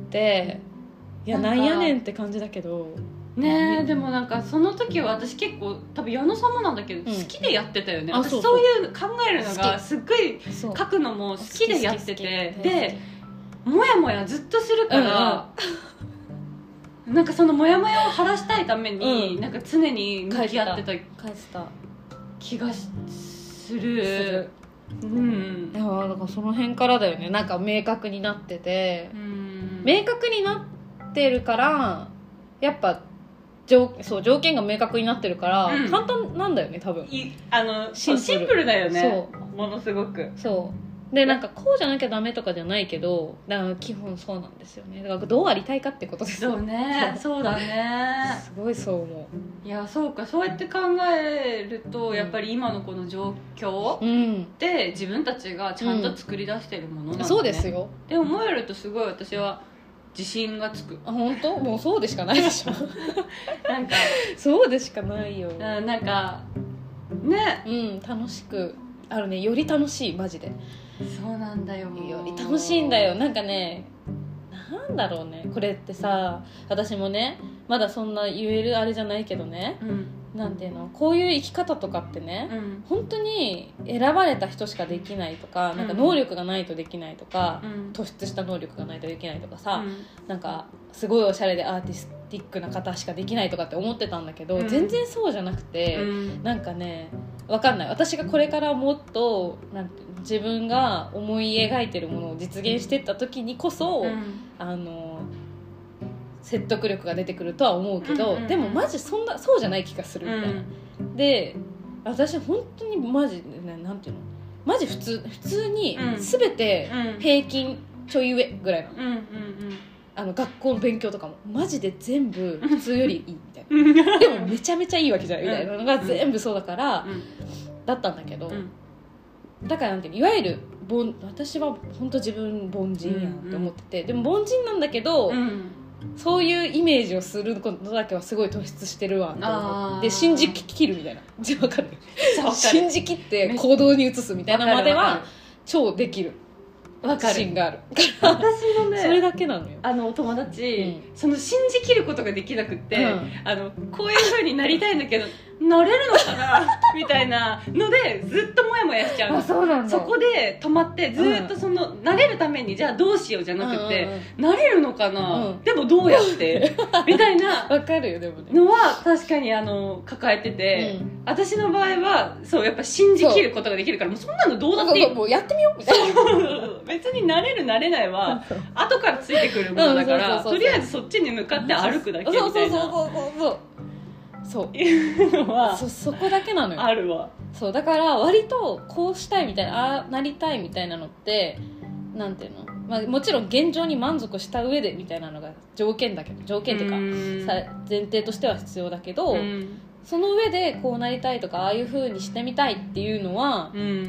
いやなんやねんって感じだけどね。でもなんかその時は私結構多分矢野さんもなんだけど、好きでやってたよね。私そういう考えるのがすっごい、書くのも好きでやってて、でもやもやずっとするから、なんかそのモヤモヤを晴らしたいために、なんか常に向き合ってた気がする。 いやだからその辺からだよね。なんか明確になってて、明確になってるからやっぱ条件が明確になってるから、簡単なんだよね多分。 シンプルだよね。 そうものすごく。 そうでなんかこうじゃなきゃダメとかじゃないけど、だから基本そうなんですよね。だからどうありたいかってことですよ。 そうね、そうだね。 すごいそう思う。いやそうか、そうやって考えると、やっぱり今のこの状況で自分たちがちゃんと作り出してるものなんだね。 そうですよ。 で思えるとすごい私は自信がつく。 あ、本当？もうそうでしかないでしょなんかそうでしかないよ。 なんかね、 楽しくあるね。より楽しい、マジで。 そうなんだよ。 より楽しいんだよ。なんかね、なんだろうね、これってさ、私もねまだそんな言えるあれじゃないけどね、なんていうの、こういう生き方とかってね、本当に選ばれた人しかできないとか、なんか能力がないとできないとか、突出した能力がないとできないとかさ、なんかすごいおしゃれでアーティスティックな方しかできないとかって思ってたんだけど、全然そうじゃなくて、なんかね、わかんない、私がこれからもっとなんて自分が思い描いてるものを実現していった時にこそ、説得力が出てくるとは思うけど、でもマジそうじゃない気がするみたいな、で私本当にマジ、なんていうの、マジ普通に全て平均ちょい上ぐらいなの、学校の勉強とかもマジで全部普通よりいいみたいなでもめちゃめちゃいいわけじゃないみたいなのが全部そうだから、だったんだけど、だからなんていうの、いわゆる私は本当自分凡人やんって思ってて、でも凡人なんだけど、そういうイメージをすることだけはすごい突出してるわと思って、信じきるみたいな、分かる信じきって行動に移すみたいなまでは超できる自信がある。 私もね、 それだけなのよ。 お友達、その信じきることができなくて、こういう風になりたいんだけどなれるのかなみたいなのでずっとモヤモヤしちゃう。 そうなんだ。 そこで止まってずっとなれるためにじゃあどうしようじゃなくて、なれるのかな、でもどうやってみたいなわかるよ。でもねのは確かに抱えてて、私の場合はそうやっぱ信じきることができるから、もうそんなのどうだっていい、 もうやってみようみたいな別になれるなれないは後からついてくるものだから、とりあえずそっちに向かって歩くだけみたいな、 そういうのはそこだけなのよ。 あるわ。 そうだから割とこうしたいみたいな、なりたいみたいなのってなんていうの、もちろん現状に満足した上でみたいなのが条件っていうか前提としては必要だけど、その上でこうなりたいとかああいう風にしてみたいっていうのは、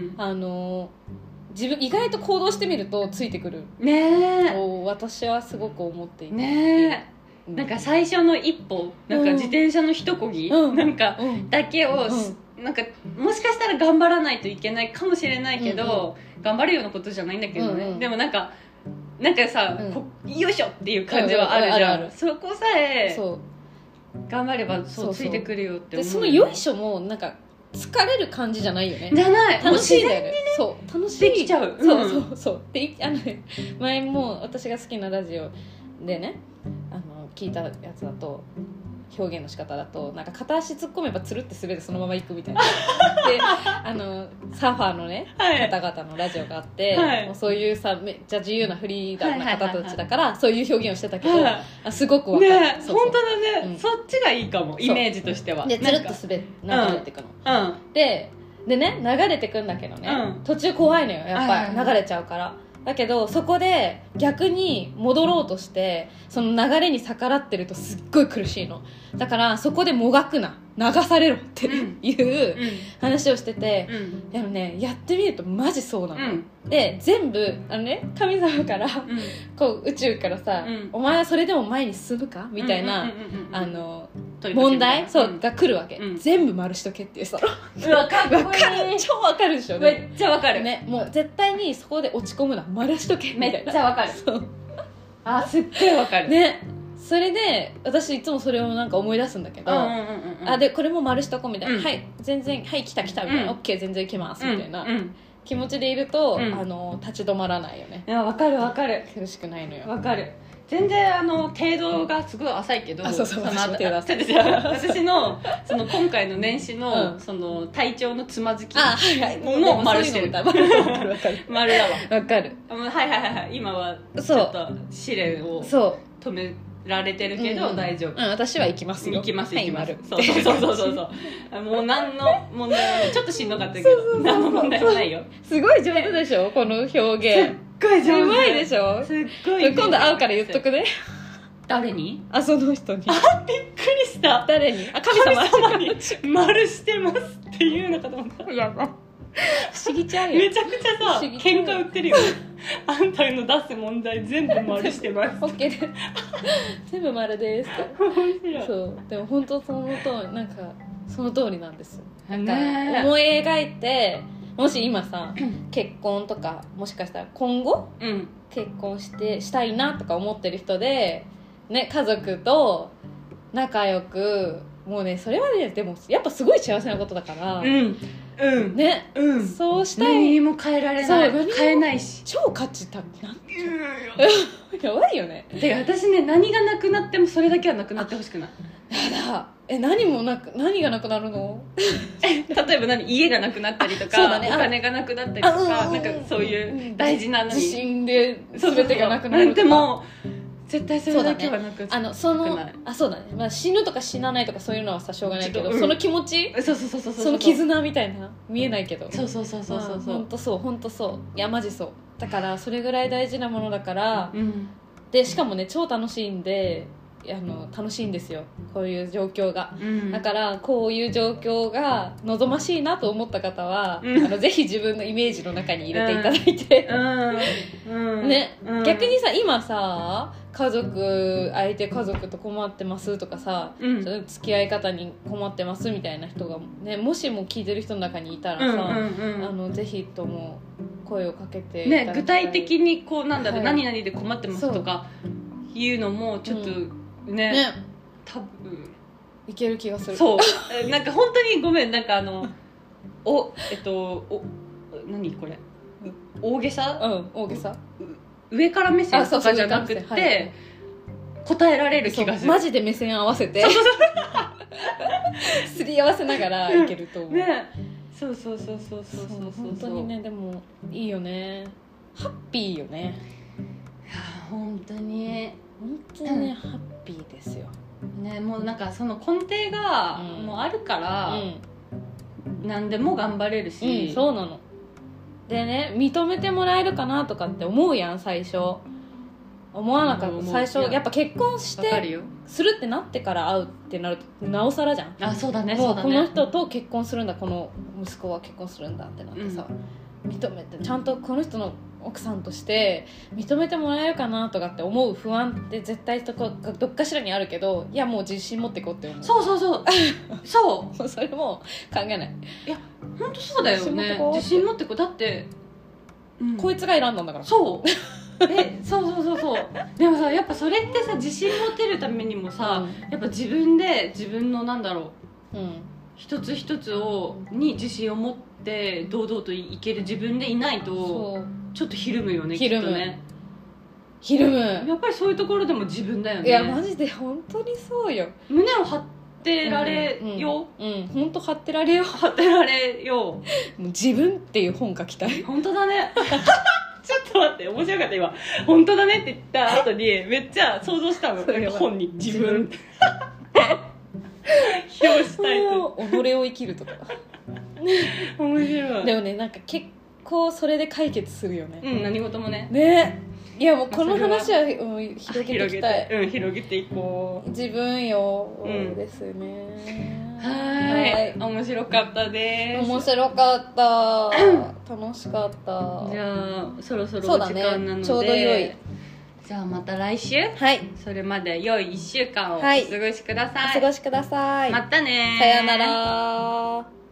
自分意外と行動してみるとついてくるねと私はすごく思っていてね。なんか最初の一歩、なんか自転車の一こぎ、なんかだけを、なんかもしかしたら頑張らないといけないかもしれないけど、頑張るようなことじゃないんだけどね、でもなんかさ、よいしょっていう感じはあるじゃん、そこさえ頑張ればついてくるよって思う。 でそのよいしょもなんか疲れる感じじゃないよね。 じゃない、 楽しいんだよね。そう楽しい、 できちゃう。 そうで前も私が好きなラジオでね聞いたやつだと、表現の仕方だとなんか片足突っ込めばつるって滑るそのまま行くみたいなでサーファーのね、方々のラジオがあって、もうそういうさめっちゃ自由なフリーダムな方たちだから、そういう表現をしてたけど、すごくわかる。 本当だね、そっちがいいかも、イメージとしては。 でつるっと流れてくの、でね流れてくんだけどね、途中怖いのよやっぱり、流れちゃうから。だけどそこで逆に戻ろうとしてその流れに逆らってるとすっごい苦しいの。だからそこでもがくな、流されろっていう話をしてて、でもねやってみるとマジそうなの、で全部神様からこう宇宙からさ、お前はそれでも前に進むかみたいな問題が来るわけ、全部丸しとけっていうさ、 わかる、 超わかるでしょ。 めっちゃわかるね、もう絶対にそこで落ち込むな、丸しとけみたいな。 めっちゃわかる。すっごいわかるね。それで私いつもそれをなんか思い出すんだけど、でこれも丸しとこうみたいな、はい全然はい来たみたいな、オッケー全然いけますみたいな気持ちでいると、立ち止まらないよね。 いやわかるわかる、 苦しくないのよ。 わかる。全然程度がすごい浅いけど、私のその今回の年始のその体調のつまずきも丸してる。丸だわ。 わかる。 はい今はちょっと試練を止められてるけど大丈夫、 私は行きますよ。 行きます行きます、 はい、 そうもう何の問題もない。ちょっとしんどかったけど何の問題もないよ。 すごい上手でしょこの表現。 すっごい上手。 うまいでしょ。 すっごい。 今度会うから言っとくね。 誰に？ その人に。 びっくりした。 誰に？神様に丸してますっていうのかと思った。 やば。不思議ちゃうよ。 めちゃくちゃさ喧嘩売ってるよね。あんたの出す問題全部丸してます。 オッケーです。全部丸ですって。 面白い。 そうでも本当その通り、なんかその通りなんですよ。なんかね思い描いて、もし今さ結婚とかもしかしたら今後、結婚したいなとか思ってる人でね、家族と仲良く、もうねそれはねでもやっぱすごい幸せなことだから、ね、そうしたい。 何にも変えられない。変えないし超価値なんてやばいよね。 てか私ね、何がなくなってもそれだけはなくなってほしくない。 やだ。何がなくなるの？ 例えば家がなくなったりとか、お金がなくなったりとか、なんかそういう大事な地震で全てがなくなるとか。 でも絶対それだけはなくなそうだね、死ぬとか死なないとかそういうのはさしょうがないけど、その気持ち、その絆みたいな見えないけど、 そう本当そういやマジそうだから、それぐらい大事なものだから、でしかもね超楽しいんで、楽しいんですよこういう状況が、だからこういう状況が望ましいなと思った方は、ぜひ自分のイメージの中に入れていただいて、ね、逆にさ今さ相手家族と困ってますとかさ、付き合い方に困ってますみたいな人が、ね、もしも聞いてる人の中にいたらさ、ぜひとも声をかけていただきたい、 具体的にこう何々で困ってますとかいうのもちょっとね、多分いける気がする。 そうなんか本当にごめん、なんか何これ大げさ、 大げさ、 上から目線とかじゃなくて答えられる気がする。 マジで目線合わせてすり合わせながらいけると思う。そう本当にね。でもいいよね、ハッピーよね。 いや本当にね、 ハッピーですよね。もうなんかその根底がもうあるから、何でも頑張れるし、 そうなの。でね、認めてもらえるかなとかって思うやん、最初思わなかった。最初やっぱ結婚してするってなってから会うってなるとなおさらじゃん。 そうだね。 もうこの人と結婚するんだ、この息子は結婚するんだってなってさ、認めてちゃんとこの人の奥さんとして認めてもらえるかなとかって思う不安って絶対どっかしらにあるけど、いやもう自信持っていこうって思う。そうそれも考えない。いや本当そうだよね、自信持っていこう。だって、 こいつが選んだんだから。 そうでもさ、やっぱそれってさ、自信持てるためにもさ、やっぱ自分で自分の一つ一つに自信を持って堂々といける自分でいないとちょっとひるむよね。 ひるむ。 やっぱりそういうところでも自分だよね。 いやマジで本当にそうよ。 胸を張ってられよ。 本当張ってられよ。 もう自分っていう本書きたい。 本当だね。ちょっと待って、面白かった今。本当だねって言った後にめっちゃ想像したの。本に自分表したいと。 己を生きるとか。 面白い。 でもね、なんか結構それで解決するよね。 何事もね。 いやもうこの話は広げていきたい。 広げていこう。 自分よですね。 はい、面白かったです。 面白かった。楽しかった。 じゃあそろそろお時間なので、 ちょうど良い。 じゃあまた来週。それまで良い1週間をお過ごしください。 お過ごしください。 またね。 さようなら。